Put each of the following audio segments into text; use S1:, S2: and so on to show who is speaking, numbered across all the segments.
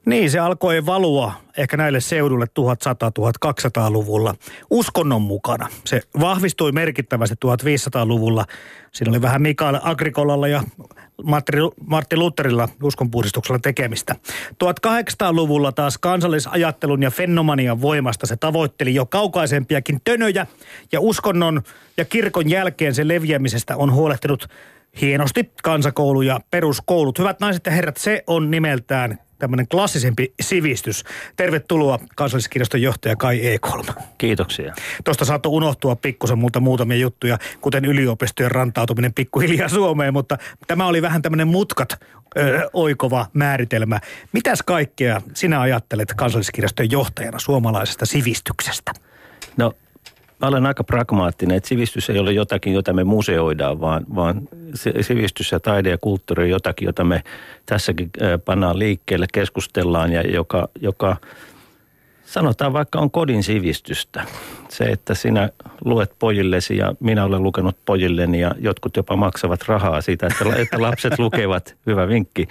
S1: Niin, se alkoi valua ehkä näille seudulle 1100-1200-luvulla uskonnon mukana. Se vahvistui merkittävästi 1500-luvulla. Siinä oli vähän Mikael Agricolalla ja Martin Lutherilla uskonpuhdistuksella tekemistä. 1800-luvulla taas kansallisajattelun ja fenomanian voimasta se tavoitteli jo kaukaisempiakin tönöjä, ja uskonnon ja kirkon jälkeen sen leviämisestä on huolehtinut hienosti kansakoulu ja peruskoulut. Hyvät naiset ja herrat, se on nimeltään tämmöinen klassisempi sivistys. Tervetuloa Kansalliskirjaston johtaja Kai Ekholm.
S2: Kiitoksia.
S1: Tuosta saattoi unohtua pikkusen multa muutamia juttuja, kuten yliopistojen rantautuminen pikkuhiljaa Suomeen, mutta tämä oli vähän tämmöinen mutkat oikova määritelmä. Mitäs kaikkea sinä ajattelet Kansalliskirjaston johtajana suomalaisesta sivistyksestä?
S2: No, mä olen aika pragmaattinen, että sivistys ei ole jotakin, jota me museoidaan, vaan sivistys ja taide ja kulttuuri on jotakin, jota me tässäkin pannaan liikkeelle, keskustellaan ja joka sanotaan vaikka on kodin sivistystä. Se, että sinä luet pojillesi ja minä olen lukenut pojilleni ja jotkut jopa maksavat rahaa siitä, että lapset lukevat, hyvä vinkki,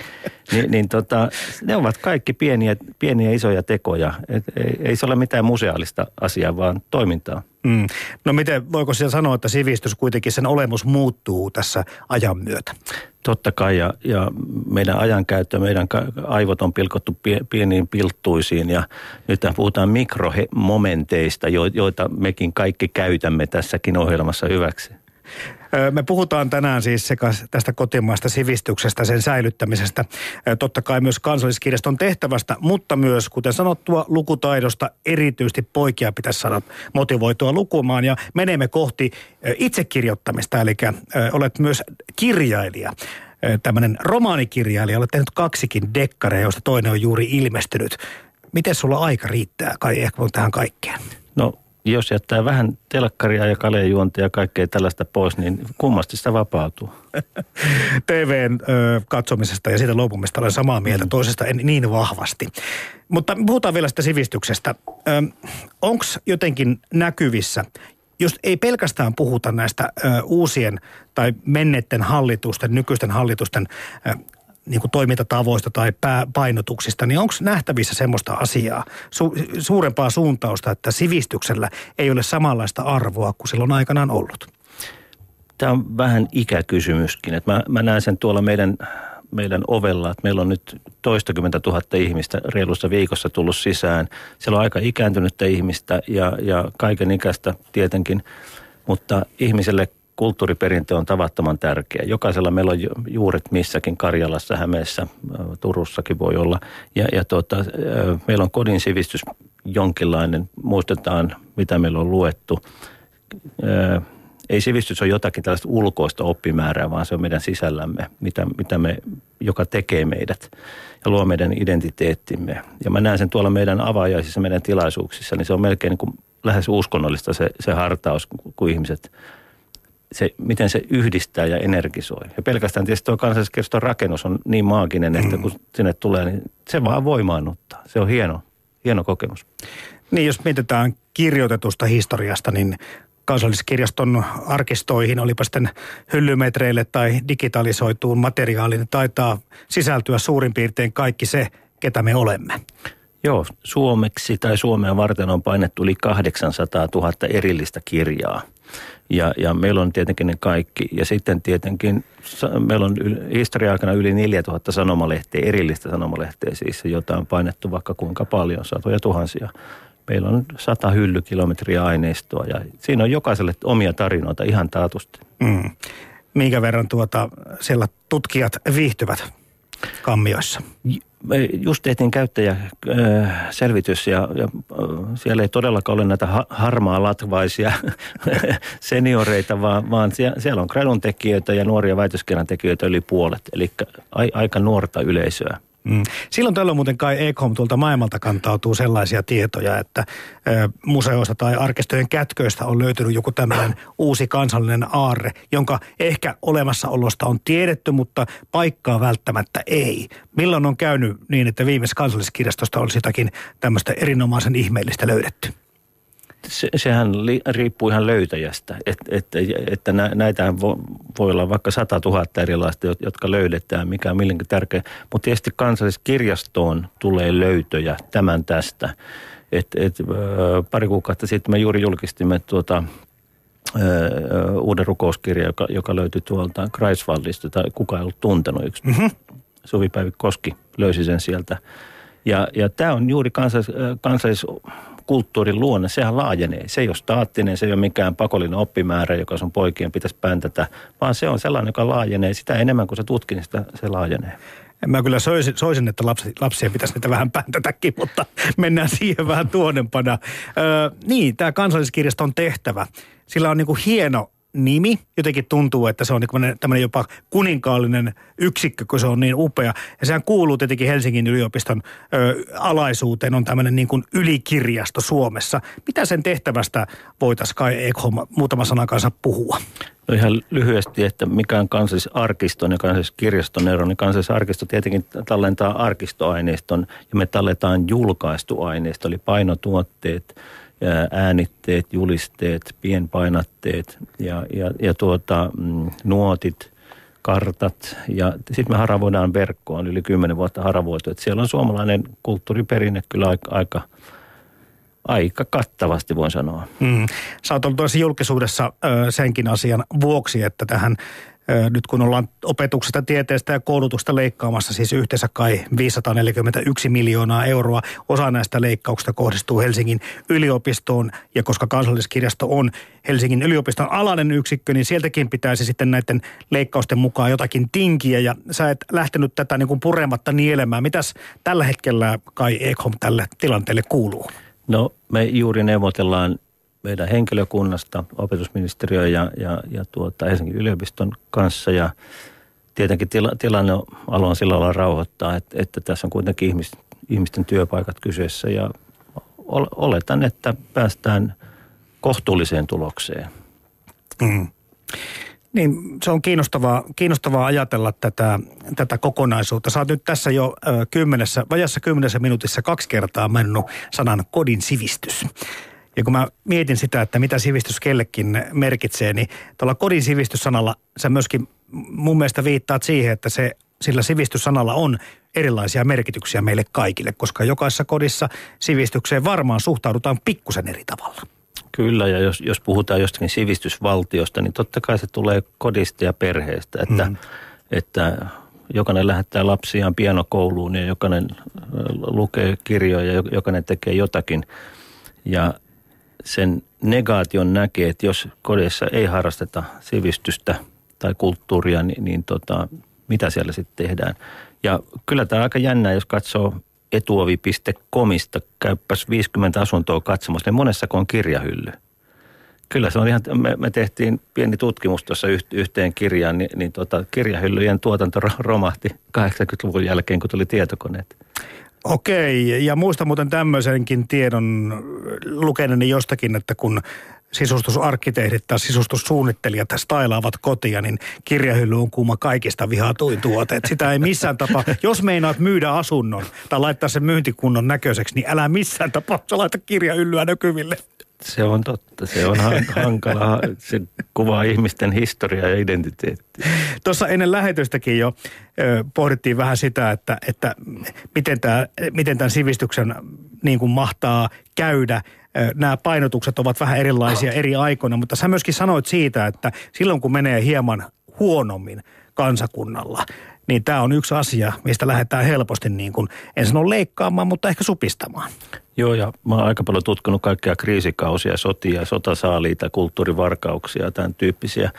S2: ne ovat kaikki pieniä isoja tekoja. Ei se ole mitään museaalista asiaa, vaan toimintaa.
S1: No miten, voiko siellä sanoa, että sivistys kuitenkin sen olemus muuttuu tässä ajan myötä?
S2: Totta kai ja meidän ajankäyttö, meidän aivot on pilkottu pieniin pilttuisiin ja nyt puhutaan mikromomenteista, joita mekin kaikki käytämme tässäkin ohjelmassa hyväksi.
S1: Me puhutaan tänään siis sekä tästä kotimaista sivistyksestä, sen säilyttämisestä, totta kai myös Kansalliskirjaston tehtävästä, mutta myös, kuten sanottua, lukutaidosta. Erityisesti poikia pitäisi saada motivoitua lukumaan ja menemme kohti itsekirjoittamista, eli olet myös kirjailija. Tämmöinen romaanikirjailija, olet tehnyt 2 dekkareja, joista toinen on juuri ilmestynyt. Miten sulla aika riittää, Kai Ekholm, tähän kaikkeen?
S2: No, jos jättää vähän telkkaria ja kaljajuontia ja kaikkea tällaista pois, niin kummasti sitä vapautuu.
S1: TVn katsomisesta ja siitä luopumista olen samaa mieltä, toisesta en niin vahvasti. Mutta puhutaan vielä sitä sivistyksestä. Onko jotenkin näkyvissä, jos ei pelkästään puhuta näistä uusien tai menneiden hallitusten, nykyisten hallitusten niin kuin toimintatavoista tai painotuksista, niin onko nähtävissä semmoista asiaa, suurempaa suuntausta, että sivistyksellä ei ole samanlaista arvoa kuin silloin aikanaan ollut?
S2: Tämä on vähän ikäkysymyskin. Että mä näen sen tuolla meidän ovella, että meillä on nyt 20 000 ihmistä reilussa viikossa tullut sisään. Siellä on aika ikääntynyttä ihmistä ja kaiken ikäistä tietenkin, mutta ihmiselle kulttuuriperintö on tavattoman tärkeä. Jokaisella meillä on juuret missäkin, Karjalassa, Hämeessä, Turussakin voi olla. Meillä on kodin sivistys jonkinlainen, muistetaan mitä meillä on luettu. Ei sivistys ole jotakin tällaista ulkoista oppimäärää, vaan se on meidän sisällämme, joka tekee meidät ja luo meidän identiteettimme. Ja mä näen sen tuolla meidän avaajaisissa, meidän tilaisuuksissa, niin se on melkein niin kuin lähes uskonnollista se hartaus, kun ihmiset miten se yhdistää ja energisoi. Ja pelkästään tietysti tuo Kansalliskirjaston rakennus on niin maaginen, että kun sinne tulee, niin se vaan voimaannuttaa. Se on hieno kokemus.
S1: Niin, jos mietitään kirjoitetusta historiasta, niin Kansalliskirjaston arkistoihin, olipa sitten hyllymetreille tai digitalisoituun materiaaliin, niin taitaa sisältyä suurin piirtein kaikki se, ketä me olemme.
S2: Joo, suomeksi tai Suomea varten on painettu yli 800 000 erillistä kirjaa. Ja meillä on tietenkin ne kaikki. Ja sitten tietenkin meillä on historia-aikana yli 4000 sanomalehteä, erillistä sanomalehteä siis, jota on painettu vaikka kuinka paljon, satoja tuhansia. Meillä on 100 hyllykilometriä aineistoa ja siinä on jokaiselle omia tarinoita ihan taatusti.
S1: Minkä verran siellä tutkijat viihtyvät kammioissa?
S2: Just tehtiin käyttäjäselvitys ja siellä ei todellakaan ole näitä harmaalatvaisia senioreita, vaan siellä on gradun tekijöitä ja nuoria väitöskirjan tekijöitä yli puolet, eli aika nuorta yleisöä.
S1: Silloin tällöin muuten Kai Ekholm tuolta maailmalta kantautuu sellaisia tietoja, että museoista tai arkistojen kätköistä on löytynyt joku tämmöinen uusi kansallinen aarre, jonka ehkä olemassaolosta on tiedetty, mutta paikkaa välttämättä ei. Milloin on käynyt niin, että viimeisessä Kansalliskirjastosta olisi jotakin tämmöistä erinomaisen ihmeellistä löydetty?
S2: Sehän riippuu ihan löytäjästä, että näitähän voi olla vaikka 100 000 erilaista, jotka löydetään, mikä on millenkin tärkeä. Mutta tietysti Kansalliskirjastoon tulee löytöjä tämän tästä. Pari kuukautta sitten me juuri julkistimme uuden rukouskirjan, joka löytyi tuolta Greifswaldista, jota kukaan ei ollut tuntenut. Suvi-Päivi Koski löysi sen sieltä. Ja tämä on juuri kansalliskulttuurin luonne, sehän laajenee. Se ei ole staattinen, se ei ole mikään pakollinen oppimäärä, joka sun poikien pitäisi päntätä, vaan se on sellainen, joka laajenee. Sitä enemmän kuin se tutkii, niin sitä se laajenee.
S1: Mä kyllä soisin, että lapsia pitäisi niitä vähän päntätäkin, mutta mennään siihen vähän tuonnempana. Niin, tämä Kansalliskirjaston tehtävä, sillä on niinku hieno nimi. Jotenkin tuntuu, että se on tämmöinen jopa kuninkaallinen yksikkö, kun se on niin upea. Ja sehän kuuluu tietenkin Helsingin yliopiston alaisuuteen, on tämmöinen niin kuin ylikirjasto Suomessa. Mitä sen tehtävästä voitaisiin Kai Ekholm muutama sanan kanssa puhua?
S2: No ihan lyhyesti, että mikä on Kansallisarkiston ja Kansalliskirjaston ero, niin Kansallisarkisto tietenkin tallentaa arkistoaineiston ja me talletaan julkaistu aineisto, eli painotuotteet, äänitteet, julisteet, pienpainatteet ja nuotit, kartat ja sitten me haravoidaan verkkoon yli 10 vuotta haravoitu. Et siellä on suomalainen kulttuuriperinne kyllä aika kattavasti, voin sanoa.
S1: Sä oot ollut tuossa julkisuudessa senkin asian vuoksi, että tähän nyt kun ollaan opetuksesta, tieteestä ja koulutusta leikkaamassa siis yhteensä kai 541 miljoonaa euroa. Osa näistä leikkauksista kohdistuu Helsingin yliopistoon ja koska Kansalliskirjasto on Helsingin yliopiston alainen yksikkö, niin sieltäkin pitäisi sitten näiden leikkausten mukaan jotakin tinkiä ja sä et lähtenyt tätä niin kuin purematta nielemään. Mitäs tällä hetkellä Kai Ekholm tälle tilanteelle kuuluu?
S2: No me juuri neuvotellaan meidän henkilökunnasta, opetusministeriö ja Helsingin yliopiston kanssa ja tietenkin tilanne haluan sillä lailla rauhoittaa, että tässä on kuitenkin ihmisten työpaikat kyseessä ja oletan, että päästään kohtuulliseen tulokseen.
S1: Niin, se on kiinnostavaa ajatella tätä kokonaisuutta. Sä oot nyt tässä jo vajassa 10 minuutissa 2 kertaa mennyt sanan kodin sivistys. Ja kun mä mietin sitä, että mitä sivistys kellekin merkitsee, niin tuolla kodin sivistyssanalla sä myöskin mun mielestä viittaat siihen, että sillä sivistyssanalla on erilaisia merkityksiä meille kaikille, koska jokaisessa kodissa sivistykseen varmaan suhtaudutaan pikkusen eri tavalla.
S2: Kyllä, ja jos puhutaan jostakin sivistysvaltiosta, niin totta kai se tulee kodista ja perheestä, että jokainen lähettää lapsiaan pianokouluun ja jokainen lukee kirjoja ja jokainen tekee jotakin. Ja sen negaation näkee, että jos kodissa ei harrasteta sivistystä tai kulttuuria, niin mitä siellä sitten tehdään. Ja kyllä tämä on aika jännää, jos katsoo etuovi.comista, käyppäs 50 asuntoa katsomassa, niin monessako on kirjahylly. Kyllä se on ihan, me tehtiin pieni tutkimus tuossa yhteen kirjaan, niin kirjahyllyjen tuotanto romahti 80-luvun jälkeen, kun tuli tietokoneet.
S1: Okei, ja muista muuten tämmöisenkin tiedon lukeneeni jostakin, että kun sisustusarkkitehdit tai sisustussuunnittelijat stailaavat kotia, niin kirjahylly on kuuma kaikista vihatuin tuote. Et sitä ei missään tapaa, jos meinaat myydä asunnon tai laittaa sen myyntikunnon näköiseksi, niin älä missään tapauksessa laita kirjahyllyä näkyville.
S2: Se on totta, se on hankalaa, se kuvaa ihmisten historiaa ja identiteettiä.
S1: Tuossa ennen lähetystäkin jo pohdittiin vähän sitä, että miten tämän sivistyksen niin kuin mahtaa käydä. Nämä painotukset ovat vähän erilaisia eri aikoina, mutta sä myöskin sanoit siitä, että silloin kun menee hieman huonommin kansakunnalla, niin tämä on yksi asia, mistä lähdetään helposti niin kuin, en sano leikkaamaan, mutta ehkä supistamaan. Joo,
S2: ja mä oon aika paljon tutkinut kaikkia kriisikausia, sotia, sotasaaliita, kulttuurivarkauksia ja tämän tyyppisiä.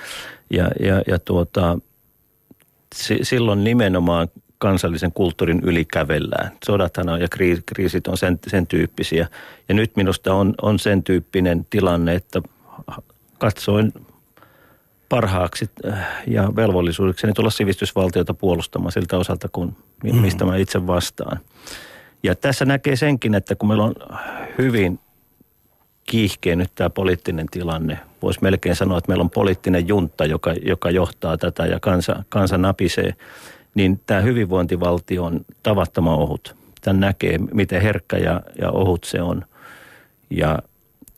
S2: Silloin nimenomaan kansallisen kulttuurin yli kävellään. Sodathan on ja kriisit on sen tyyppisiä. Ja nyt minusta on sen tyyppinen tilanne, että katsoin parhaaksi ja velvollisuudekseni tulla sivistysvaltiota puolustamaan siltä osalta, mistä mä itse vastaan. Ja tässä näkee senkin, että kun meillä on hyvin kiihkeä nyt tämä poliittinen tilanne, voisi melkein sanoa, että meillä on poliittinen juntta, joka johtaa tätä ja kansa napisee, niin tämä hyvinvointivaltio on tavattoman ohut. Tämän näkee, miten herkkä ja ohut se on. Ja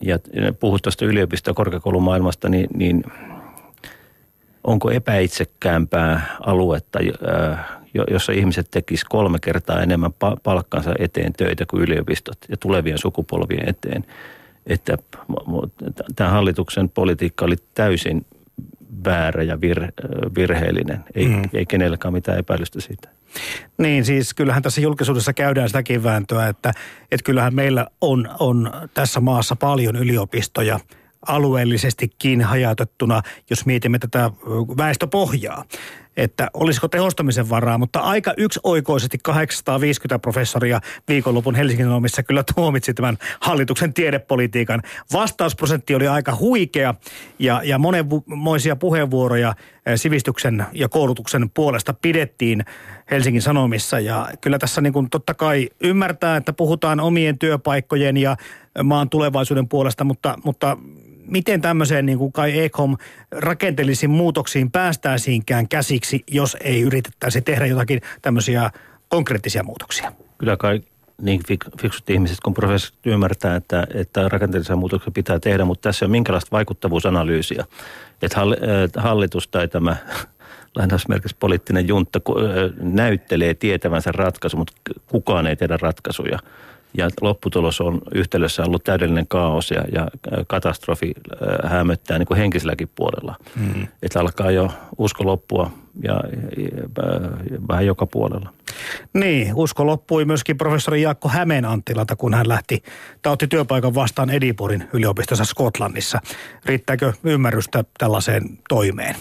S2: Ja puhut tuosta yliopisto- ja korkeakoulumaailmasta, niin onko epäitsekkäämpää aluetta, jossa ihmiset tekisivät 3 kertaa enemmän palkkansa eteen töitä kuin yliopistot ja tulevien sukupolvien eteen? Että tämä hallituksen politiikka oli täysin väärä ja virheellinen. Ei kenelläkään mitään epäilystä siitä.
S1: Niin, siis kyllähän tässä julkisuudessa käydään sitäkin vääntöä, että kyllähän meillä on tässä maassa paljon yliopistoja alueellisestikin hajautettuna, jos mietimme tätä väestöpohjaa. Että olisiko tehostamisen varaa, mutta aika yksioikoisesti 850 professoria viikonlopun Helsingin Sanomissa kyllä tuomitsi tämän hallituksen tiedepolitiikan. Vastausprosentti oli aika huikea ja monenmoisia puheenvuoroja sivistyksen ja koulutuksen puolesta pidettiin Helsingin Sanomissa. Ja kyllä tässä niin kuin totta kai ymmärtää, että puhutaan omien työpaikkojen ja maan tulevaisuuden puolesta, mutta miten tämmöiseen niin kuin Kai Ekholm rakenteellisiin muutoksiin päästäisiinkään käsiksi, jos ei yritettäisi tehdä jotakin tämmöisiä konkreettisia muutoksia?
S2: Kyllä kai niin fiksut ihmiset kuin professorit ymmärtää, että rakenteellisia muutoksia pitää tehdä, mutta tässä on minkälaista vaikuttavuusanalyysiä. Että hallitus tai tämä lainausmerkissä poliittinen juntta näyttelee tietävänsä ratkaisu, mutta kukaan ei tehdä ratkaisuja. Ja lopputulos on yhtälössä ollut täydellinen kaos ja katastrofi hämöttää niin kuin henkiselläkin puolella. Että alkaa jo usko loppua ja vähän joka puolella.
S1: Niin, usko loppui myöskin professori Jaakko Hämeenanttilalta, kun hän otti työpaikan vastaan Edinburghin yliopistossa Skotlannissa. Riittääkö ymmärrystä tällaiseen toimeen?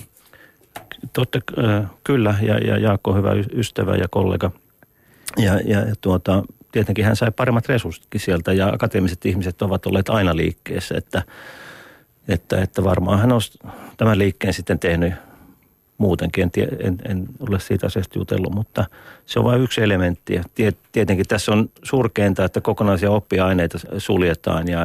S2: Kyllä, ja Jaakko on hyvä ystävä ja kollega. Tietenkin hän sai paremmat resurssitkin sieltä ja akateemiset ihmiset ovat olleet aina liikkeessä, että varmaan hän on tämän liikkeen sitten tehnyt muutenkin. En ole siitä asiasta jutellut, mutta se on vain yksi elementti. Tietenkin tässä on surkeinta, että kokonaisia oppiaineita suljetaan ja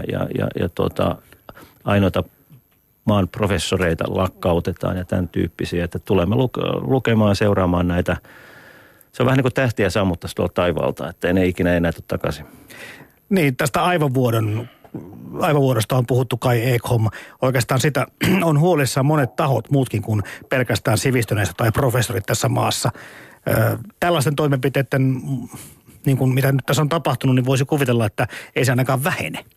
S2: ainoita maan professoreita lakkautetaan ja tämän tyyppisiä, että tulemme lukemaan, seuraamaan näitä. Se on vähän niin kuin tähtiä sammuttaisi tuolta taivaalta, että ei ikinä enää tule takaisin.
S1: Niin, tästä aivovuodosta on puhuttu Kai Ekholm. Oikeastaan sitä on huolissaan monet tahot, muutkin kuin pelkästään sivistyneistä tai professorit tässä maassa. Tällaisten toimenpiteiden, niin kuin mitä nyt tässä on tapahtunut, niin voisi kuvitella, että ei se ainakaan vähene.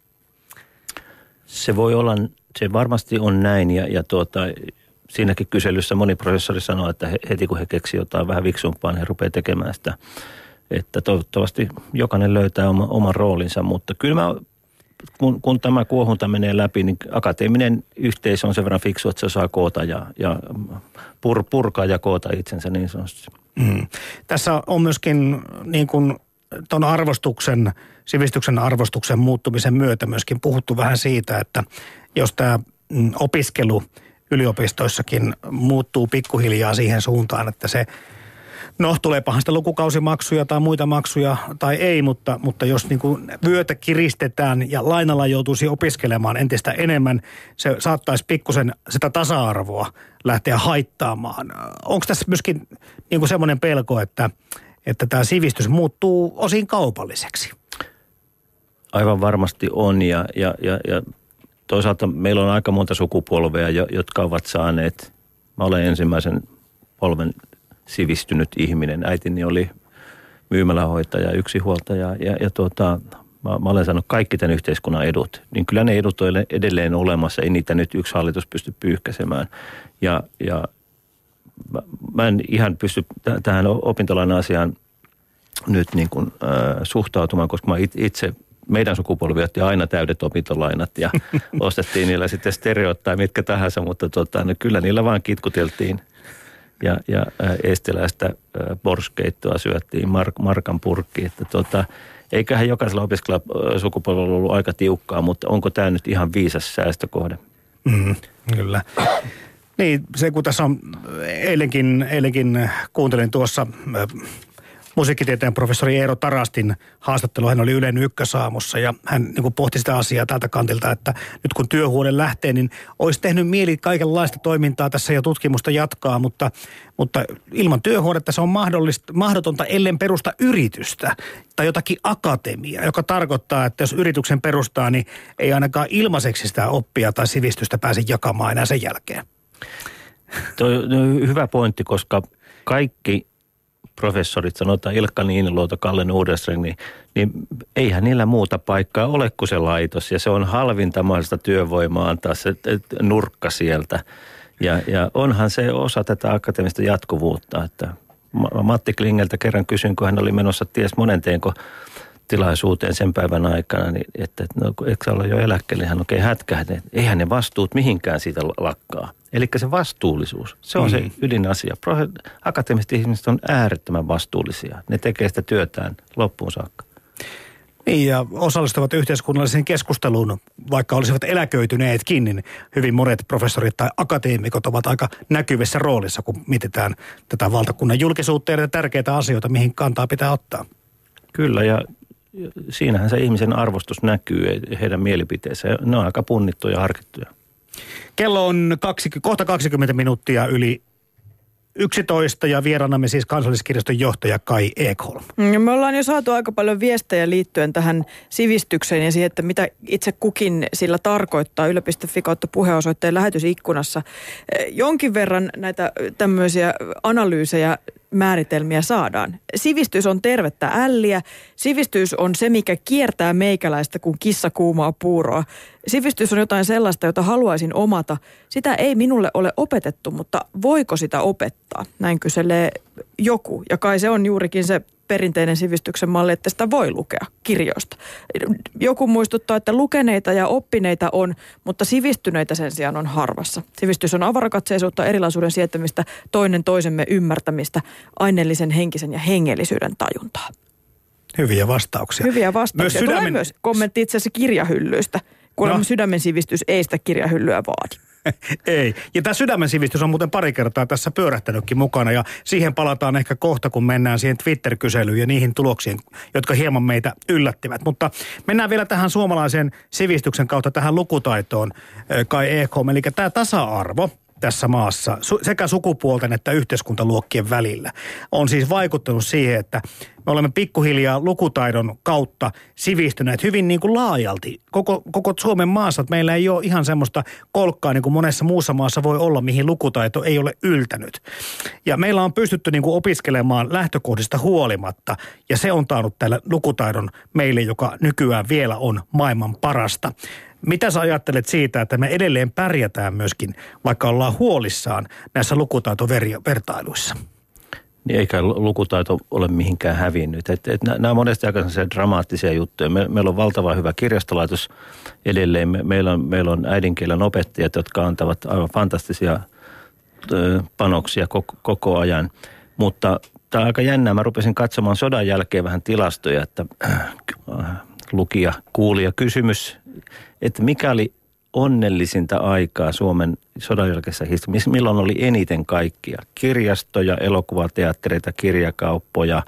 S2: Se voi olla, se varmasti on näin ja siinäkin kyselyssä moni professori sanoo, että heti kun he keksivät jotain vähän viksumpaa, niin he rupeaa tekemään sitä. Että toivottavasti jokainen löytää oman roolinsa, mutta kyllä kun tämä kuohunta menee läpi, niin akateeminen yhteisö on sen verran fiksu, että se osaa koota ja purkaa ja koota itsensä niin sanotusti.
S1: Tässä on myöskin niin kuin tuon sivistyksen arvostuksen muuttumisen myötä myöskin puhuttu vähän siitä, että jos tämä opiskelu yliopistoissakin muuttuu pikkuhiljaa siihen suuntaan, että se, tuleepahan sitä lukukausimaksuja tai muita maksuja tai ei, mutta jos niin kuin vyötä kiristetään ja lainalla joutuisi opiskelemaan entistä enemmän, se saattaisi pikkusen sitä tasa-arvoa lähteä haittaamaan. Onko tässä myöskin niin kuin semmoinen pelko, että tämä sivistys muuttuu osin kaupalliseksi?
S2: Aivan varmasti on ja toisaalta meillä on aika monta sukupolvea, jotka ovat saaneet, mä olen ensimmäisen polven sivistynyt ihminen. Äitini oli myymälähoitaja, yksinhuoltaja mä olen saanut kaikki tämän yhteiskunnan edut. Niin kyllä ne edut on edelleen olemassa, ei niitä nyt yksi hallitus pysty pyyhkäsemään. Ja mä en ihan pysty tähän opintolaina-asiaan nyt niin kuin, suhtautumaan, koska mä itse meidän sukupolvi otti aina täydet opintolainat ja ostettiin niillä sitten stereot tai mitkä tahansa, mutta kyllä niillä vaan kitkuteltiin ja eestiläistä borskeittoa syöttiin markan purkkiin. Että eiköhän jokaisella opiskelijasukupolvella ollut aika tiukkaa, mutta onko tämä nyt ihan viisas säästökohde?
S1: Kyllä. Niin, se kun tässä on eilenkin kuuntelin tuossa musiikkitieteen professori Eero Tarastin haastattelu. Hän oli Ylen Ykkösaamussa ja hän niin kuin pohti sitä asiaa tältä kantilta, että nyt kun työhuone lähtee, niin olisi tehnyt mieli kaikenlaista toimintaa tässä ja tutkimusta jatkaa, mutta ilman työhuonetta se on mahdotonta, ellen perusta yritystä tai jotakin akatemiaa, joka tarkoittaa, että jos yrityksen perustaa, niin ei ainakaan ilmaiseksi sitä oppia tai sivistystä pääse jakamaan enää sen jälkeen.
S2: Tuo on hyvä pointti, koska kaikki professorit, sanotaan Ilkka Niiniluoto, Kalle Nordenström, niin eihän niillä muuta paikkaa ole kuin se laitos. Ja se on halvinta mahdollista työvoimaa antaa se nurkka sieltä. Ja onhan se osa tätä akateemista jatkuvuutta. Että Matti Klingeltä kerran kysyin, kun hän oli menossa ties monenteenko tilaisuuteen sen päivän aikana, niin että no, eikö sä olla jo eläkkeelle? Hän oikein hätkähti, eihän ne vastuut mihinkään siitä lakkaa. Eli se vastuullisuus, se on se ydinasia. Akateemiset ihmiset on äärettömän vastuullisia. Ne tekee sitä työtään loppuun saakka.
S1: Niin, ja osallistuvat yhteiskunnalliseen keskusteluun, vaikka olisivat eläköityneetkin, niin hyvin monet professorit tai akateemikot ovat aika näkyvissä roolissa, kun mietitään tätä valtakunnan julkisuutta ja tärkeitä asioita, mihin kantaa pitää ottaa.
S2: Kyllä, ja siinähän se ihmisen arvostus näkyy, heidän mielipiteensä. Ne on aika punnittuja ja harkittuja.
S1: Kello on kohta 20 minuuttia yli 11 ja vieraanamme siis Kansalliskirjaston johtaja Kai Ekholm.
S3: Me ollaan jo saatu aika paljon viestejä liittyen tähän sivistykseen ja siihen, että mitä itse kukin sillä tarkoittaa yle.fi kautta puheenosoitteen lähetysikkunassa. Jonkin verran näitä tämmöisiä analyysejä määritelmiä saadaan. Sivistys on tervettä älliä. Sivistys on se, mikä kiertää meikäläistä kuin kissa kuumaa puuroa. Sivistys on jotain sellaista, jota haluaisin omata. Sitä ei minulle ole opetettu, mutta voiko sitä opettaa? Näin kyselee joku. Ja kai se on juurikin se perinteinen sivistyksen malli, että sitä voi lukea kirjoista. Joku muistuttaa, että lukeneita ja oppineita on, mutta sivistyneitä sen sijaan on harvassa. Sivistys on avarakatseisuutta, erilaisuuden sietämistä, toinen toisemme ymmärtämistä, aineellisen, henkisen ja hengellisyyden tajuntaa.
S1: Hyviä vastauksia.
S3: Hyviä vastauksia. Tulee myös kommentti itse asiassa kirjahyllyistä. Kuulemma sydämen sivistys ei sitä kirjahyllyä vaadi.
S1: Ei. Ja tämä sydämen sivistys on muuten pari kertaa tässä pyörähtänytkin mukana ja siihen palataan ehkä kohta, kun mennään siihen Twitter-kyselyyn ja niihin tuloksiin, jotka hieman meitä yllättivät. Mutta mennään vielä tähän suomalaisen sivistyksen kautta tähän lukutaitoon, Kai Ekholm. Eli tämä tasa-arvo tässä maassa sekä sukupuolten että yhteiskuntaluokkien välillä on siis vaikuttanut siihen, että me olemme pikkuhiljaa lukutaidon kautta sivistyneet hyvin niin kuin laajalti. Koko Suomen maassa, että meillä ei ole ihan semmoista kolkkaa niin kuin monessa muussa maassa voi olla, mihin lukutaito ei ole yltänyt. Ja meillä on pystytty niin kuin opiskelemaan lähtökohdista huolimatta ja se on taannut tällä lukutaidon meille, joka nykyään vielä on maailman parasta. Mitä sä ajattelet siitä, että me edelleen pärjätään myöskin, vaikka ollaan huolissaan näissä lukutaitovertailuissa?
S2: Niin eikä lukutaito ole mihinkään hävinnyt. Nämä on monesti aika dramaattisia juttuja. Meillä on valtavan hyvä kirjastolaitos edelleen. Meillä on äidinkielen opettajat, jotka antavat aivan fantastisia panoksia koko ajan. Mutta tämä on aika jännää. Mä rupesin katsomaan sodan jälkeen vähän tilastoja, että lukija, kuulija kysymys, että mikä oli onnellisinta aikaa Suomen sodan jälkeisessä historiassa, milloin oli eniten kaikkia kirjastoja, elokuvateattereita, kirjakauppoja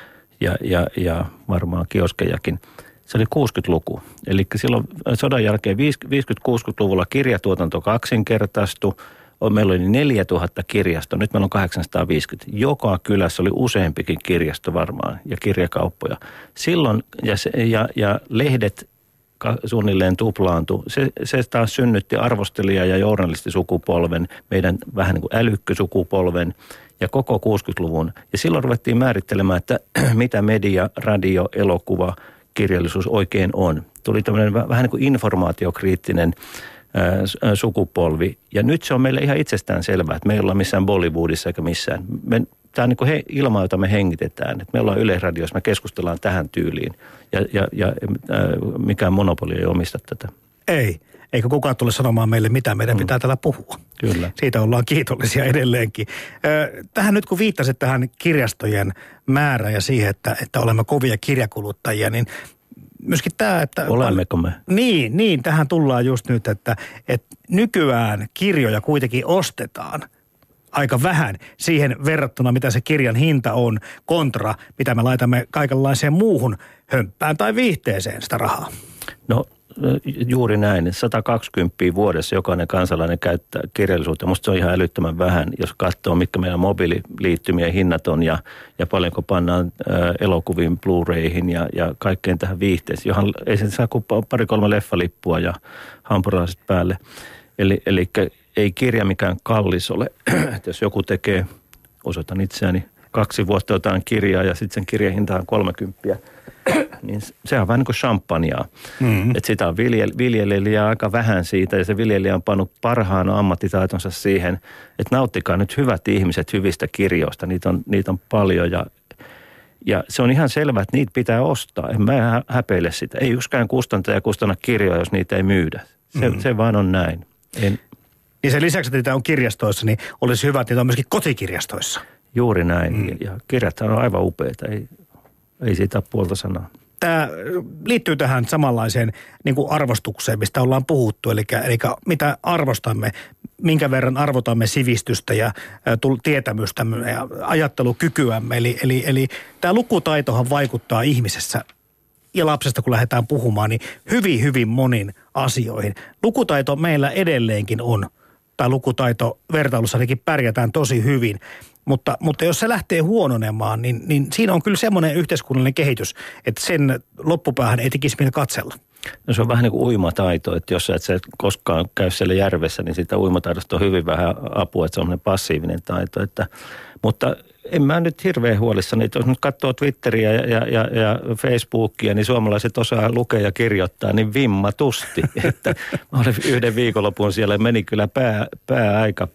S2: ja varmaan kioskejakin. Se oli 60-luku. Eli silloin sodan jälkeen 50-60-luvulla kirjatuotanto kaksinkertaistui. Meillä oli 4000 kirjastoa, nyt meillä on 850. Joka kylässä oli useampikin kirjasto varmaan ja kirjakauppoja. Silloin ja lehdet suunnilleen tuplaantui. Se taas synnytti arvostelija- ja journalistisukupolven, meidän vähän niin kuin älykkysukupolven ja koko 60-luvun. Ja silloin ruvettiin määrittelemään, että mitä media, radio, elokuva, kirjallisuus oikein on. Tuli tämmöinen vähän niin kuin informaatiokriittinen sukupolvi. Ja nyt se on meille ihan itsestään selvää, että me ei olla missään Bollywoodissa eikä missään. Tämä on niin kuin ilma, jota me hengitetään. Että me ollaan Yle-radiossa, me keskustellaan tähän tyyliin. Ja mikään monopoli ei omista tätä.
S1: Ei. Eikä kukaan tule sanomaan meille, mitä meidän pitää täällä puhua.
S2: Kyllä.
S1: Siitä ollaan kiitollisia edelleenkin. Tähän nyt kun viittasit tähän kirjastojen määrään ja siihen, että olemme kovia kirjakuluttajia, niin myöskin tämä, että...
S2: Olemmeko me?
S1: Niin, tähän tullaan just nyt, että nykyään kirjoja kuitenkin ostetaan aika vähän siihen verrattuna, mitä se kirjan hinta on kontra, mitä me laitamme kaikenlaiseen muuhun hömppään tai viihteeseen sitä rahaa.
S2: No juuri näin. 120 vuodessa jokainen kansalainen käyttää kirjallisuutta. Musta se on ihan älyttömän vähän, jos katsoo, mitkä meidän mobiililiittymien hinnat on ja paljonko pannaan elokuviin, Blu-rayhin ja kaikkeen tähän viihteeseen, johon ei sen saa kuin 2-3 leffalippua ja hampuraiset päälle. Eli ei kirja mikään kallis ole. Jos joku tekee, osoitan itseäni, 2 vuotta jotain kirjaa ja sitten sen kirjan hinta on 30, niin se on vähän niin kuin champagnea. Että sitä on viljelijä aika vähän siitä ja se viljelijä on pannut parhaan ammattitaitonsa siihen, että nauttikaa nyt hyvät ihmiset hyvistä kirjoista. Niitä on paljon ja se on ihan selvää, että niitä pitää ostaa. En mä häpeile sitä. Ei yksikään kustantaja kustanna kirjoja, jos niitä ei myydä. Se vaan on näin.
S1: Ja sen lisäksi, että niitä on kirjastoissa, niin olisi hyvä, että niitä on myöskin kotikirjastoissa.
S2: Juuri näin. Ja kirjathan on aivan upeita. Ei siitä ole puolta sanaa.
S1: Tämä liittyy tähän samanlaiseen niin kuin arvostukseen, mistä ollaan puhuttu. Eli mitä arvostamme, minkä verran arvotamme sivistystä ja tietämystämme ja ajattelukykyämme. Eli tämä lukutaitohan vaikuttaa ihmisessä ja lapsesta, kun lähdetään puhumaan, niin hyvin, hyvin monin asioihin. Lukutaito meillä edelleenkin on, tai lukutaito vertailussa ainakin pärjätään tosi hyvin. Mutta jos se lähtee huononemaan, niin siinä on kyllä semmoinen yhteiskunnallinen kehitys, että sen loppupäähän ei tekisi millä katsella.
S2: No se on vähän niin kuin uimataito, että jos et koskaan käy siellä järvessä, niin siitä uimataidosta on hyvin vähän apua, että se on semmoinen passiivinen taito. Mutta en mä nyt hirveän huolissani, että jos nyt katsoo Twitteriä ja Facebookia, niin suomalaiset osaa lukea ja kirjoittaa niin vimmatusti. Että mä olin yhden viikonlopun siellä, meni kyllä pää aika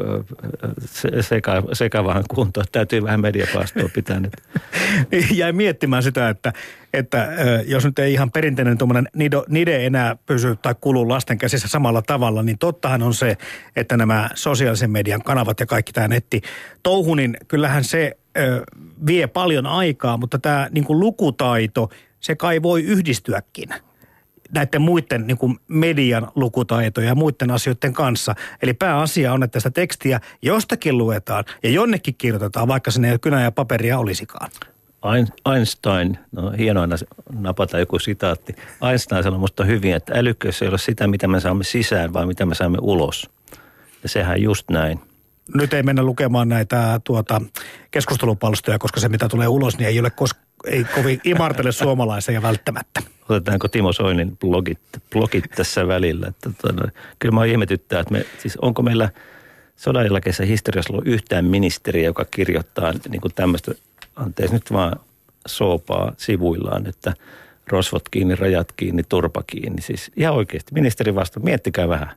S2: sekavaan kuntoon. Täytyy vähän mediapaastoa pitää nyt.
S1: Jäi miettimään sitä, että jos nyt ei ihan perinteinen tuommoinen nide enää pysy tai kulu lasten käsissä samalla tavalla, niin tottahan on se, että nämä sosiaalisen median kanavat ja kaikki tämä nettitouhu, niin kyllähän se vie paljon aikaa, mutta tämä niin kuin lukutaito, se kai voi yhdistyäkin näiden muiden niin kuin median lukutaitoja ja muiden asioiden kanssa. Eli pääasia on, että sitä tekstiä jostakin luetaan ja jonnekin kirjoitetaan, vaikka sinne ei kynä ja paperia olisikaan.
S2: Einstein, no hienoa napata joku sitaatti. Einstein sanoi musta hyvin, että älykkyys ei ole sitä, mitä me saamme sisään, vaan mitä me saamme ulos. Ja sehän just näin.
S1: Nyt ei mennä lukemaan näitä keskustelupalstoja, koska se mitä tulee ulos, niin ei kovin imartele suomalaisia välttämättä.
S2: Otetaanko Timo Soinin blogit tässä välillä? Kyllä mä ihmetyttää, että onko meillä sodan jälkeisessä historiassa ollut yhtään ministeriä, joka kirjoittaa niin kuin tämmöistä, anteeksi nyt vaan soopaa sivuillaan, että rosvot kiinni, rajat kiinni, turpa kiinni. Siis ihan oikeasti, ministeri vastaa, miettikää vähän.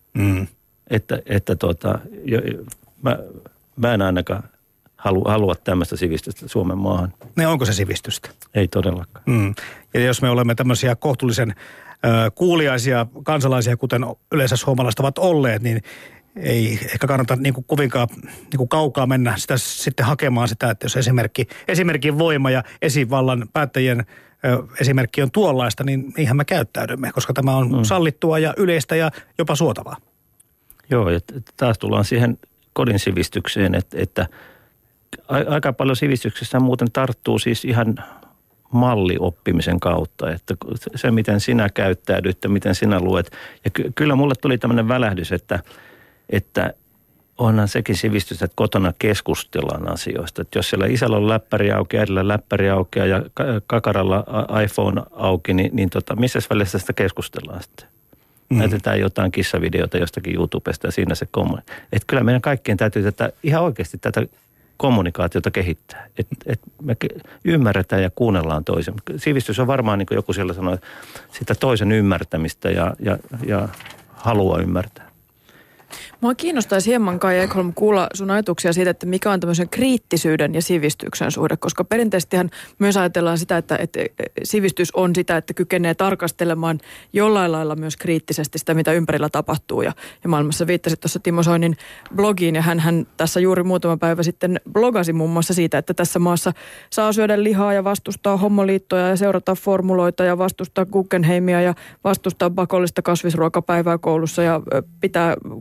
S2: Mä en ainakaan halua tämmöistä sivistystä Suomen maahan.
S1: Onko se sivistystä?
S2: Ei todellakaan.
S1: Ja jos me olemme tämmöisiä kohtuullisen kuuliaisia kansalaisia, kuten yleensä suomalaiset ovat olleet, niin ei ehkä kannata kovinkaan kaukaa mennä sitä sitten hakemaan sitä, että jos esimerkin voima ja esivallan päättäjien esimerkki on tuollaista, niin niinhän me käyttäydymme, koska tämä on sallittua ja yleistä ja jopa suotavaa.
S2: Joo, ja taas tullaan siihen kodin sivistykseen, että aika paljon sivistyksessä muuten tarttuu siis ihan mallioppimisen kautta, että se miten sinä käyttäydyt ja miten sinä luet. Ja kyllä mulle tuli tämmöinen välähdys, että onhan sekin sivistys, että kotona keskustellaan asioista. Että jos siellä isällä on läppäri auki, äidillä läppäri auki ja kakaralla iPhone auki, niin missä välissä sitä keskustellaan sitten? Näytetään jotain kissavideota jostakin YouTubesta ja siinä se kommunikaatio. Että kyllä meidän kaikkien täytyy ihan oikeasti tätä kommunikaatiota kehittää. Että me ymmärretään ja kuunnellaan toisen. Sivistys on varmaan, niin kuin joku siellä sanoi, sitä toisen ymmärtämistä ja halua ymmärtää.
S3: Mua kiinnostaisi hieman, Kai Ekholm, kuulla sun ajatuksia siitä, että mikä on tämmöisen kriittisyyden ja sivistyksen suhde, koska perinteisestihän myös ajatellaan sitä, että sivistys on sitä, että kykenee tarkastelemaan jollain lailla myös kriittisesti sitä, mitä ympärillä tapahtuu. Ja maailmassa viittasit tuossa Timo Soinin blogiin, ja hän tässä juuri muutama päivä sitten blogasi muun muassa siitä, että tässä maassa saa syödä lihaa ja vastustaa hommoliittoja ja seurata formuloita ja vastustaa Guggenheimia ja vastustaa pakollista kasvisruokapäivää koulussa ja pitää kaulassa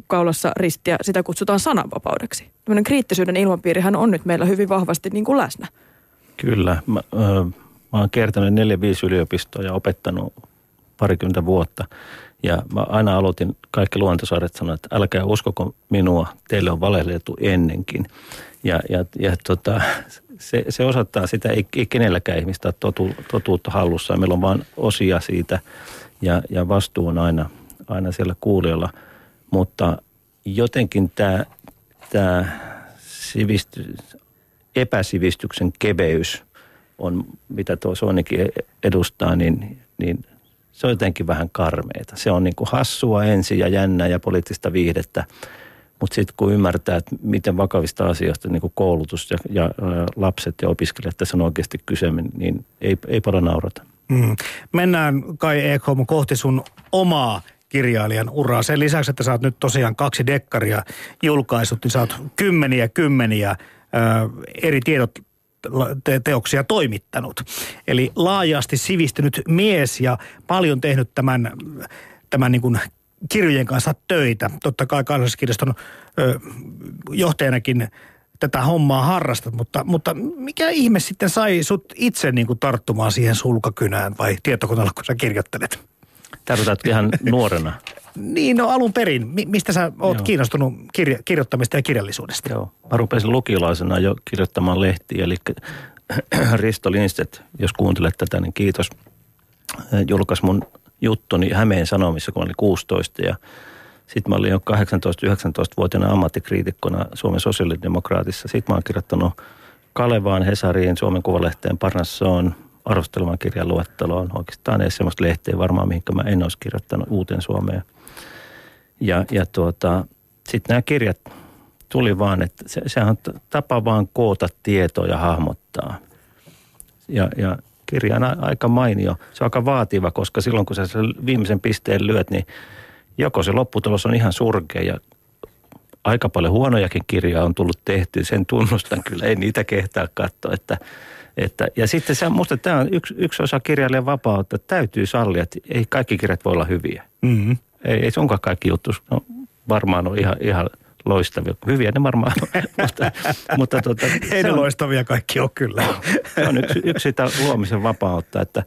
S3: toisessa ristiä sitä kutsutaan sananvapaudeksi. Tämmöinen kriittisyyden ilmapiirihän on nyt meillä hyvin vahvasti niin kuin läsnä.
S2: Kyllä. Mä oon kiertänyt 4-5 yliopistoa ja opettanut parikymmentä vuotta. Ja mä aina aloitin kaikki luontosaaret sanoa, että älkää uskoko minua, teille on valehdeltu ennenkin. Se osoittaa sitä, ei kenelläkään ihmistä totuutta hallussaan. Meillä on vain osia siitä ja vastuu on aina siellä kuulijoilla. Mutta jotenkin tämä epäsivistyksen keveys on, mitä tuo Soinikin edustaa, niin se on jotenkin vähän karmeita. Se on niin kuin hassua ensin ja jännää ja poliittista viihdettä, mutta sitten kun ymmärtää, että miten vakavista asioista niin kuin koulutus ja lapset ja opiskelijat tässä on oikeasti kyse, niin ei paljon naurata.
S1: Mennään Kai Ekholm kohti sun omaa kirjailijan uraa. Sen lisäksi, että sä oot nyt tosiaan 2 dekkaria julkaisut, niin sä oot kymmeniä eri teoksia toimittanut. Eli laajasti sivistynyt mies ja paljon tehnyt tämän niin kuin kirjojen kanssa töitä. Totta kai Kansalliskirjaston johtajanakin tätä hommaa harrastat, mutta mikä ihme sitten sai sut itse niin kuin tarttumaan siihen sulkakynään vai tietokoneella, kun sä kirjoittelet?
S2: Tarkoitatko ihan nuorena?
S1: Niin, no alun perin. Mistä sä oot kiinnostunut kirjoittamista ja kirjallisuudesta?
S2: Joo, mä rupesin lukiolaisena jo kirjoittamaan lehtiä, eli Risto Lindstedt, jos kuuntelet tätä, niin kiitos. Julkaisi mun juttuni Hämeen Sanomissa, kun mä olin 16 ja sitten mä olin jo 18-19-vuotiaana ammattikriitikkona Suomen sosiaalidemokraatissa. Sitten mä oon kirjoittanut Kalevaan, Hesariin, Suomen Kuvalehteen, Parnassoon, arvostelevan kirjan luetteloon. Oikeastaan ei semmoista lehteä varmaan, mihinkä mä en olisi kirjoittanut Uuteen Suomeen. Sitten nämä kirjat tuli vaan, että sehän on tapa vaan koota tietoa ja hahmottaa. Ja kirja on aika mainio. Se on aika vaativa, koska silloin kun sä sen viimeisen pisteen lyöt, niin joko se lopputulos on ihan surkea ja aika paljon huonojakin kirjaa on tullut tehty. Sen tunnustan kyllä, ei niitä kehtaa katsoa, ja sitten musta tämä on yksi osa kirjailijan vapautta, että täytyy sallia, että ei kaikki kirjat voi olla hyviä. Mm-hmm. Ei sunkaan kaikki juttu, no, varmaan on ihan loistavia. Hyviä ne varmaan on, mutta
S1: ei ne loistavia kaikki ole kyllä.
S2: Se on yksi sitä luomisen vapautta, että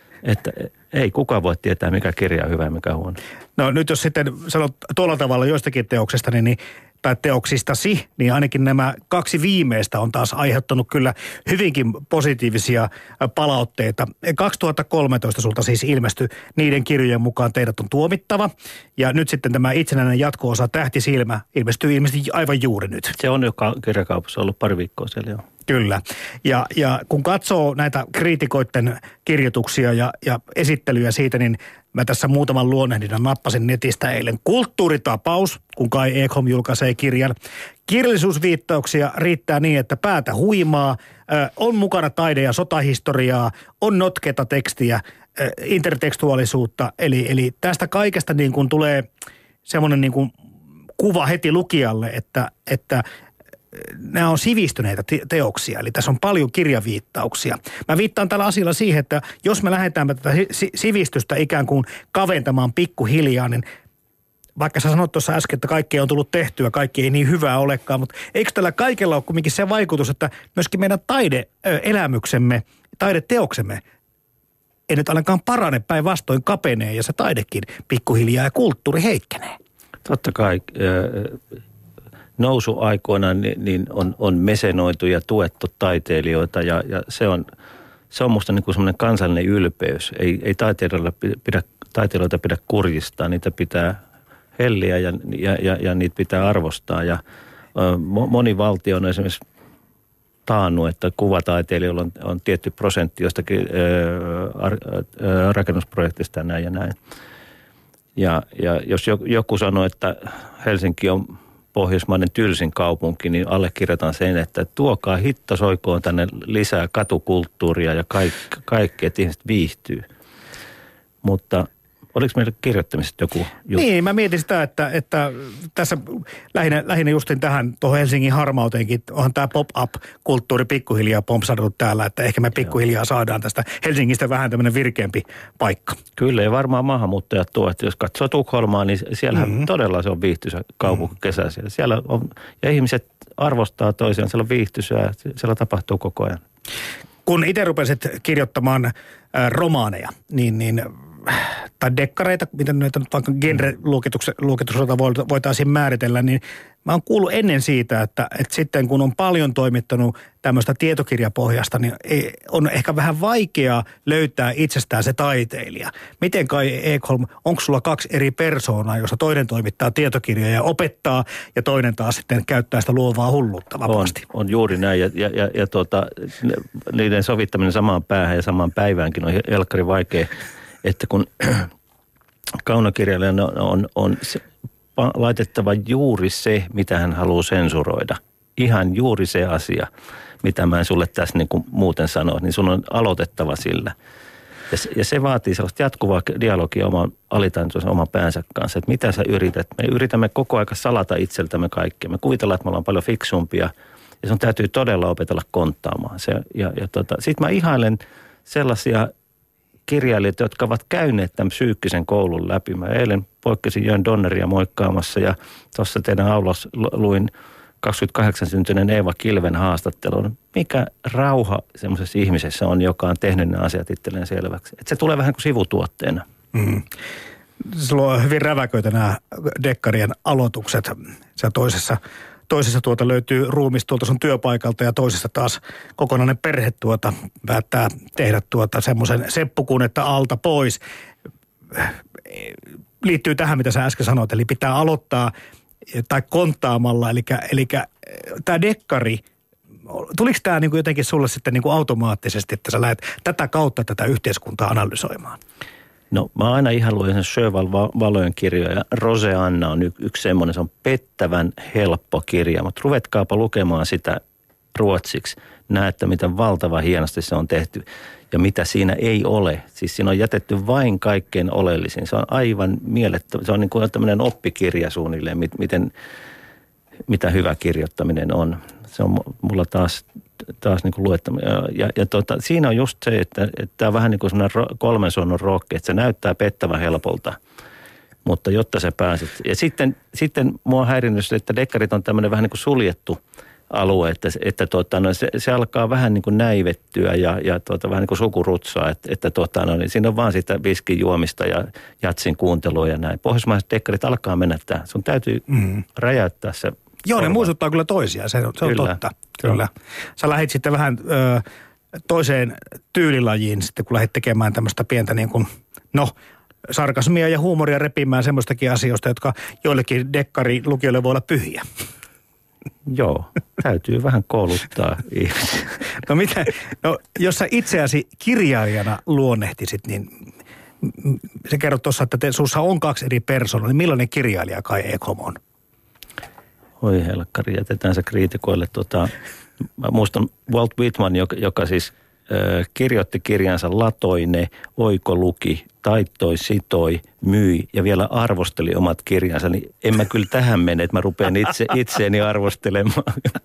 S2: ei kukaan voi tietää, mikä kirja on hyvä ja mikä huono.
S1: No nyt jos sitten sanot tuolla tavalla joistakin teoksesta, tai teoksistasi, niin ainakin nämä 2 viimeistä on taas aiheuttanut kyllä hyvinkin positiivisia palautteita. 2013 sulta siis ilmestyi niiden kirjojen mukaan Teidät on tuomittava. Ja nyt sitten tämä itsenäinen jatko-osa Tähtisilmä ilmestyy ilmeisesti aivan juuri nyt.
S2: Se on jo kirjakaupassa ollut pari viikkoa siellä jo.
S1: Kyllä. Ja kun katsoo näitä kriitikoiden kirjoituksia ja esittelyjä siitä, niin mä tässä muutaman luonnehdinnan nappasin netistä eilen. Kulttuuritapaus, kun Kai Ekholm julkaisee kirjan. Kirjallisuusviittauksia riittää niin, että päätä huimaa, on mukana taide- ja sotahistoriaa, on notkeata tekstiä, intertekstuaalisuutta. Eli tästä kaikesta niin kuin tulee semmoinen niin kuin kuva heti lukijalle, että nämä on sivistyneitä teoksia, eli tässä on paljon kirjaviittauksia. Mä viittaan tällä asialla siihen, että jos me lähdetään tätä sivistystä ikään kuin kaventamaan pikkuhiljaa, niin vaikka sä sanoit tuossa äsken, että kaikki on tullut tehtyä, kaikki ei niin hyvää olekaan, mutta eikö tällä kaikella ole kuitenkin se vaikutus, että myöskin meidän taideelämyksemme, taideteoksemme ei nyt ainakaan parane, päinvastoin kapenee ja se taidekin pikkuhiljaa ja kulttuuri heikkenee.
S2: Totta kai nousuaikoina niin on mesenoitu ja tuettu taiteilijoita ja se on musta niin kuin semmoinen kansallinen ylpeys. Ei taiteilijoita pidä kurjistaa, niitä pitää helliä ja niitä pitää arvostaa. Ja moni valtio on esimerkiksi taannut, että kuvataiteilijoilla on tietty prosentti jostakin rakennusprojektista ja näin ja näin. Ja jos joku sanoo, että Helsinki on pohjoismainen tylsin kaupunki, niin allekirjoitan sen, että tuokaa hittasoikoon tänne lisää katukulttuuria ja kaikki, että ihmiset viihtyy. Mutta Oliko meillä kirjoittamisesta joku juttu?
S1: Niin, mä mietin sitä, että tässä lähinnä justin tähän tuohon Helsingin harmauteenkin, onhan tämä pop-up-kulttuuri pikkuhiljaa pompsannut täällä, että ehkä me pikkuhiljaa saadaan tästä Helsingistä vähän tämmöinen virkeämpi paikka.
S2: Kyllä, ja varmaan maahanmuuttajat tuo, että jos katsoo Tukholmaa, niin siellähän todella se on viihtyisä kaupunki kesäisiä. Siellä on, ja ihmiset arvostaa toisiaan, siellä on viihtyisää, siellä tapahtuu koko ajan.
S1: Kun itse rupesit kirjoittamaan romaaneja, tai dekkareita, mitä näitä nyt vaikka genre-luokituksella voitaisiin määritellä, niin mä oon kuullut ennen siitä, että sitten kun on paljon toimittanut tämmöistä tietokirjapohjasta, niin on ehkä vähän vaikeaa löytää itsestään se taiteilija. Miten Kai Ekholm, onko sulla 2 eri persoonaa, jossa toinen toimittaa tietokirjoja ja opettaa, ja toinen taas sitten käyttää sitä luovaa hulluutta vapaasti?
S2: On juuri näin, ja niiden sovittaminen samaan päähän ja samaan päiväänkin on helkkari vaikea. Että kun kaunokirjailijana on laitettava juuri se, mitä hän haluaa sensuroida. Ihan juuri se asia, mitä mä en sulle tässä niin kuin muuten sano, niin sun on aloitettava sillä. Ja se vaatii sellaista jatkuvaa dialogia oman alitaintoisen oman päänsä kanssa, että mitä sä yrität. Me yritämme koko ajan salata itseltämme kaikkea. Me kuvitellaan, että me ollaan paljon fiksumpia ja sun täytyy todella opetella konttaamaan. Sitten mä ihailen sellaisia kirjailijat, jotka ovat käyneet tämän psyykkisen koulun läpi. Mä eilen poikkesin Jön Donneria moikkaamassa ja tuossa teidän aulassa luin 28 syntyneen Eeva Kilven haastattelun. Mikä rauha semmoisessa ihmisessä on, joka on tehnyt ne asiat itselleen selväksi. Että se tulee vähän kuin sivutuotteena.
S1: Sulla on hyvin räväköitä nämä dekkarien aloitukset. Se toisessa löytyy ruumis tuolta sun työpaikalta ja toisessa taas kokonainen perhe päättää tehdä semmoisen seppukunnetta alta pois. Liittyy tähän, mitä sä äsken sanoit, eli pitää aloittaa tai konttaamalla, eli tämä dekkari, tuliko tämä niinku jotenkin sulle sitten niinku automaattisesti, että sä lähdet tätä kautta tätä yhteiskuntaa analysoimaan?
S2: No mä aina ihan luen sen Sjöwall Valojen kirjoja ja Rose Anna on yksi semmoinen, se on pettävän helppo kirja, mutta ruvetkaapa lukemaan sitä ruotsiksi. Näette, miten valtava hienosti se on tehty ja mitä siinä ei ole. Siis siinä on jätetty vain kaikkein oleellisin. Se on aivan mielettömän, se on niin kuin tämmöinen oppikirja suunnilleen, mitä hyvä kirjoittaminen on. Se on mulla taas niin kuin luettaminen. Siinä on just se, että tämä on vähän niin kuin semmoinen 3 suonnon rokki, että se näyttää pettävän helpolta, mutta jotta sä pääset. Ja sitten mua on häirinnyt, että dekkarit on tämmöinen vähän niin kuin suljettu alue, että se alkaa vähän niin kuin näivettyä ja vähän niin kuin sukurutsaa, että siinä on vaan sitä viskin juomista ja jatsin kuuntelua ja näin. Pohjoismaiset dekkarit alkaa mennä tähän. Sun täytyy räjäyttää se.
S1: Joo, ne muistuttaa kyllä toisiaan, se on totta. Kyllä. Sä lähdit sitten vähän toiseen tyylilajiin sitten, kun lähdit tekemään tämmöistä pientä niin kuin, sarkasmia ja huumoria repimään semmoistakin asioista, jotka joillekin dekkarilukijoille voi olla pyhiä.
S2: Joo, täytyy vähän kouluttaa ihmisiä.
S1: No jos sä itseäsi kirjailijana luonnehtisit, niin sä kerrot tuossa, että sussa on 2 eri persoonaa, niin millainen kirjailija Kai Ekholm on?
S2: Oi helkkari, jätetään se kriitikoille. Mä muistan Walt Whitman, joka siis kirjoitti kirjansa latoine, oikoluki, taittoi, sitoi, myi ja vielä arvosteli omat kirjansa. Niin en mä kyllä tähän mene, että mä rupean itseäni arvostelemaan.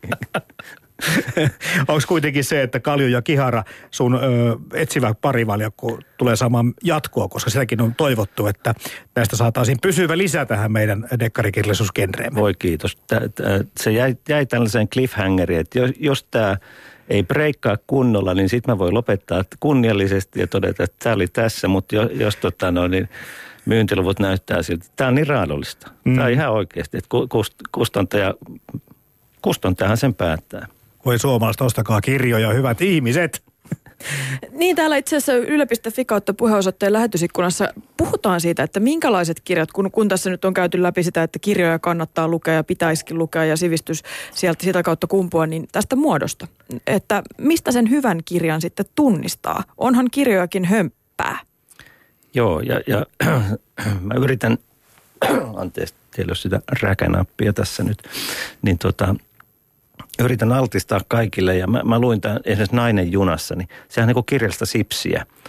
S1: Onko kuitenkin se, että Kalju ja Kihara, sun etsivä parivaljakko, tulee saamaan jatkoa, koska sitäkin on toivottu, että näistä saataisiin pysyvä lisä tähän meidän dekkarikirjallisuusgenreemme.
S2: Voi kiitos. Se jäi tällaiseen cliffhangeriin, että jos tämä ei breikkaa kunnolla, niin sitten mä voin lopettaa kunniallisesti ja todeta, että tämä oli tässä, mutta jos niin myyntiluvut näyttää siltä. Tämä on niin raadollista. Tämä on ihan oikeasti, että kustantajahan sen päättää.
S1: Voi suomalaiset, ostakaa kirjoja, hyvät ihmiset.
S3: Niin, täällä itse asiassa yle.fi kautta puheenosoitteen lähetysikkunassa puhutaan siitä, että minkälaiset kirjat, kun tässä nyt on käyty läpi sitä, että kirjoja kannattaa lukea ja pitäisikin lukea ja sivistys sieltä sitä kautta kumpua, niin tästä muodosta. Että mistä sen hyvän kirjan sitten tunnistaa? Onhan kirjojakin hömppää.
S2: Joo, ja mä yritän, anteeksi, teillä on sitä räkänappia tässä nyt, niin yritän altistaa kaikille ja mä luin tämän esimerkiksi Nainen junassa, niin sehän on niin kuin kirjallista sipsiä.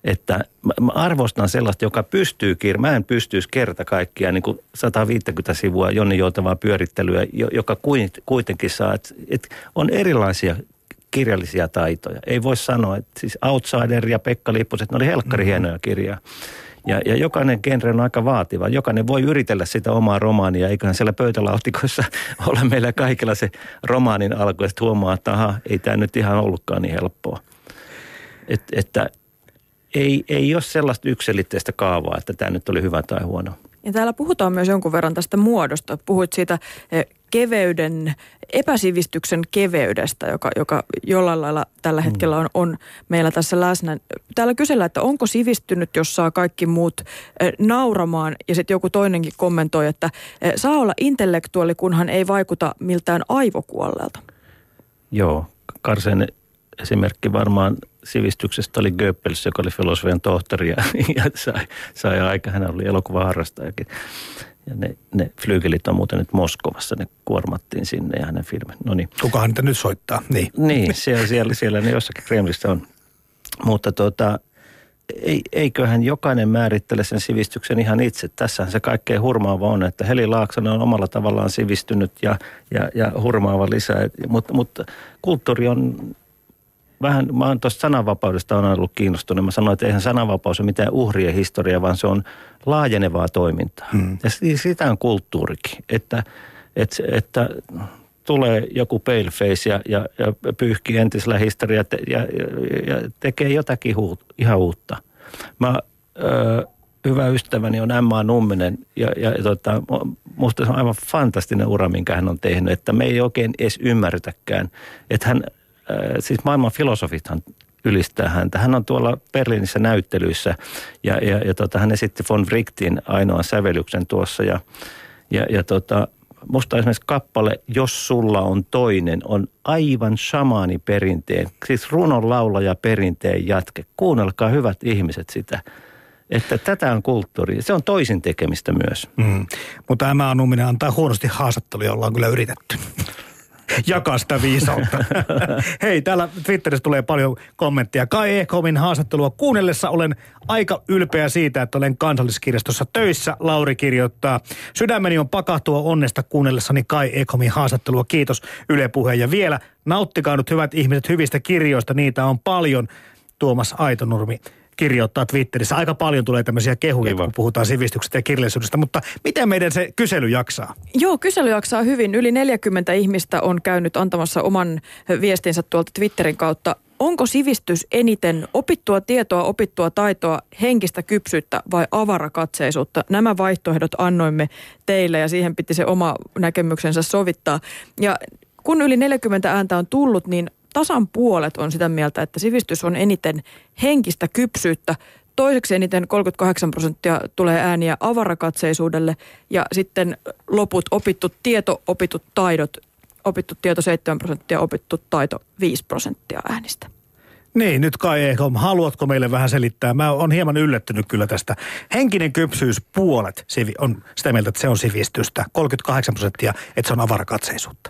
S2: Että mä arvostan sellaista, joka pystyy mä en pystyisi kerta kaikkiaan niin kuin 150 sivua jonninjoutavaa pyörittelyä, joka kuitenkin saa, että on erilaisia kirjallisia taitoja. Ei voi sanoa, että siis Outsider ja Pekka Lipposet, ne oli helkkari hienoja kirjaa. Ja jokainen genre on aika vaativa. Jokainen voi yritellä sitä omaa romaania, eiköhän siellä pöytälaatikoissa ole meillä kaikilla se romaanin alku, että huomaa, että aha, ei tämä nyt ihan ollutkaan niin helppoa. Että ei ole sellaista yksiselitteistä kaavaa, että tämä nyt oli hyvä tai huono.
S3: Ja täällä puhutaan myös jonkun verran tästä muodosta. Puhuit siitä keveyden, epäsivistyksen keveydestä, joka jollain lailla tällä hetkellä on meillä tässä läsnä. Täällä kysellään, että onko sivistynyt, jos saa kaikki muut nauramaan, ja sitten joku toinenkin kommentoi, että saa olla intellektuaali, kunhan ei vaikuta miltään aivokuolleelta.
S2: Joo, Karsen esimerkki varmaan sivistyksestä oli Goebbels, joka oli filosofian tohtori ja sai aika, hän oli elokuvaharrastajakin. Ja ne flyygelit on muuten nyt Moskovassa, ne kuormattiin sinne ja hänen filmin. No niin.
S1: Kukahan niitä nyt soittaa?
S2: Niin, siellä ne jossakin Kremlissä on. Mutta eiköhän jokainen määrittele sen sivistyksen ihan itse. Tässähän se kaikkein hurmaava on, että Heli Laaksonen on omalla tavallaan sivistynyt ja hurmaava lisää. Mutta kulttuuri on vähän, mä oon tuosta sananvapaudesta on ollut kiinnostunut. Mä sanoin, että eihän sananvapaus ole mitään uhrien historiaa, vaan se on laajenevaa toimintaa. Ja sitä on kulttuurikin, että tulee joku paleface ja pyyhkii entisellä historiaa ja tekee jotakin ihan uutta. Hyvä ystäväni on Emma Numminen ja musta se on aivan fantastinen ura, minkä hän on tehnyt, että me ei oikein edes ymmärretäkään, että hän, siis maailman filosofithan ylistää häntä. Hän on tuolla Berliinissä näyttelyissä ja hän esitti von Wrightin ainoan sävellyksen tuossa ja musta esimerkiksi kappale Jos sulla on toinen on aivan shamaaniperinteen, siis runonlaulaja perinteen jatke. Kuunnelkaa hyvät ihmiset sitä, että tätä on kulttuuri. Se on toisin tekemistä myös.
S1: Mutta Emma Numminen antaa huonosti haastatteluja, ollaan kyllä yritetty jakaa sitä viisautta. Hei, täällä Twitterissä tulee paljon kommentteja. Kai Ekholmin haastattelua kuunnellessa olen aika ylpeä siitä, että olen Kansalliskirjastossa töissä. Lauri kirjoittaa, sydämeni on pakahtua onnesta kuunnellessani Kai Ekholmin haastattelua. Kiitos Yle Puheen. Ja vielä nauttikaa nyt hyvät ihmiset hyvistä kirjoista. Niitä on paljon. Tuomas Aitonurmi kirjoittaa Twitterissä. Aika paljon tulee tämmöisiä kehuja, kun puhutaan sivistyksestä ja kirjallisuudesta, mutta miten meidän se kysely jaksaa?
S3: Joo, kysely jaksaa hyvin. Yli 40 ihmistä on käynyt antamassa oman viestinsä tuolta Twitterin kautta. Onko sivistys eniten opittua tietoa, opittua taitoa, henkistä kypsyyttä vai avarakatseisuutta? Nämä vaihtoehdot annoimme teille ja siihen piti se oma näkemyksensä sovittaa. Ja kun yli 40 ääntä on tullut, niin tasan puolet on sitä mieltä, että sivistys on eniten henkistä kypsyyttä. Toiseksi eniten 38% tulee ääniä avarakatseisuudelle ja sitten loput opittu tieto, opitut taidot, opittu tieto 7%, opittu taito 5% äänistä.
S1: Niin, nyt Kai Ekholm, haluatko meille vähän selittää? Mä oon hieman yllättynyt kyllä tästä. Henkinen kypsyys puolet on sitä mieltä, että se on sivistystä. 38%, että se on avarakatseisuutta.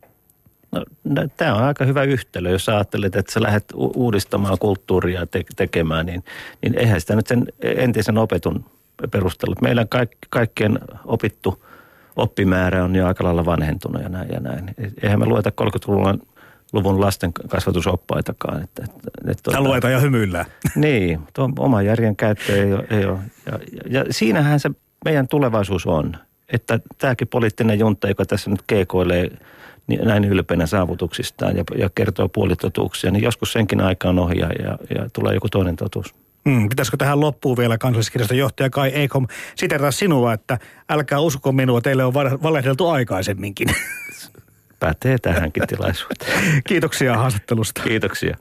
S2: No, tämä on aika hyvä yhtälö, jos ajattelet, että sä lähdet uudistamaan kulttuuria tekemään, niin eihän sitä nyt sen entisen opetun perusteella. Meillä kaikkien opittu oppimäärä on jo aika lailla vanhentunut ja näin. Eihän me lueta 30-luvun lasten kasvatusoppaitakaan.
S1: Tämä luetaan ja hymyillään.
S2: Niin, tuo oma järjen käyttö ei ole. Ja siinähän se meidän tulevaisuus on, että tämäkin poliittinen junta, joka tässä nyt keikoilee näin ylpeänä saavutuksistaan ja kertoo puolitotuuksia, niin joskus senkin aika on ohi ja tulee joku toinen totuus.
S1: Pitäisikö tähän loppuun vielä Kansalliskirjaston johtaja Kai Ekholm siterata sinua, että älkää usko minua, teille on valehdeltu aikaisemminkin.
S2: Pätee tähänkin tilaisuuteen.
S1: Kiitoksia haastattelusta.
S2: Kiitoksia.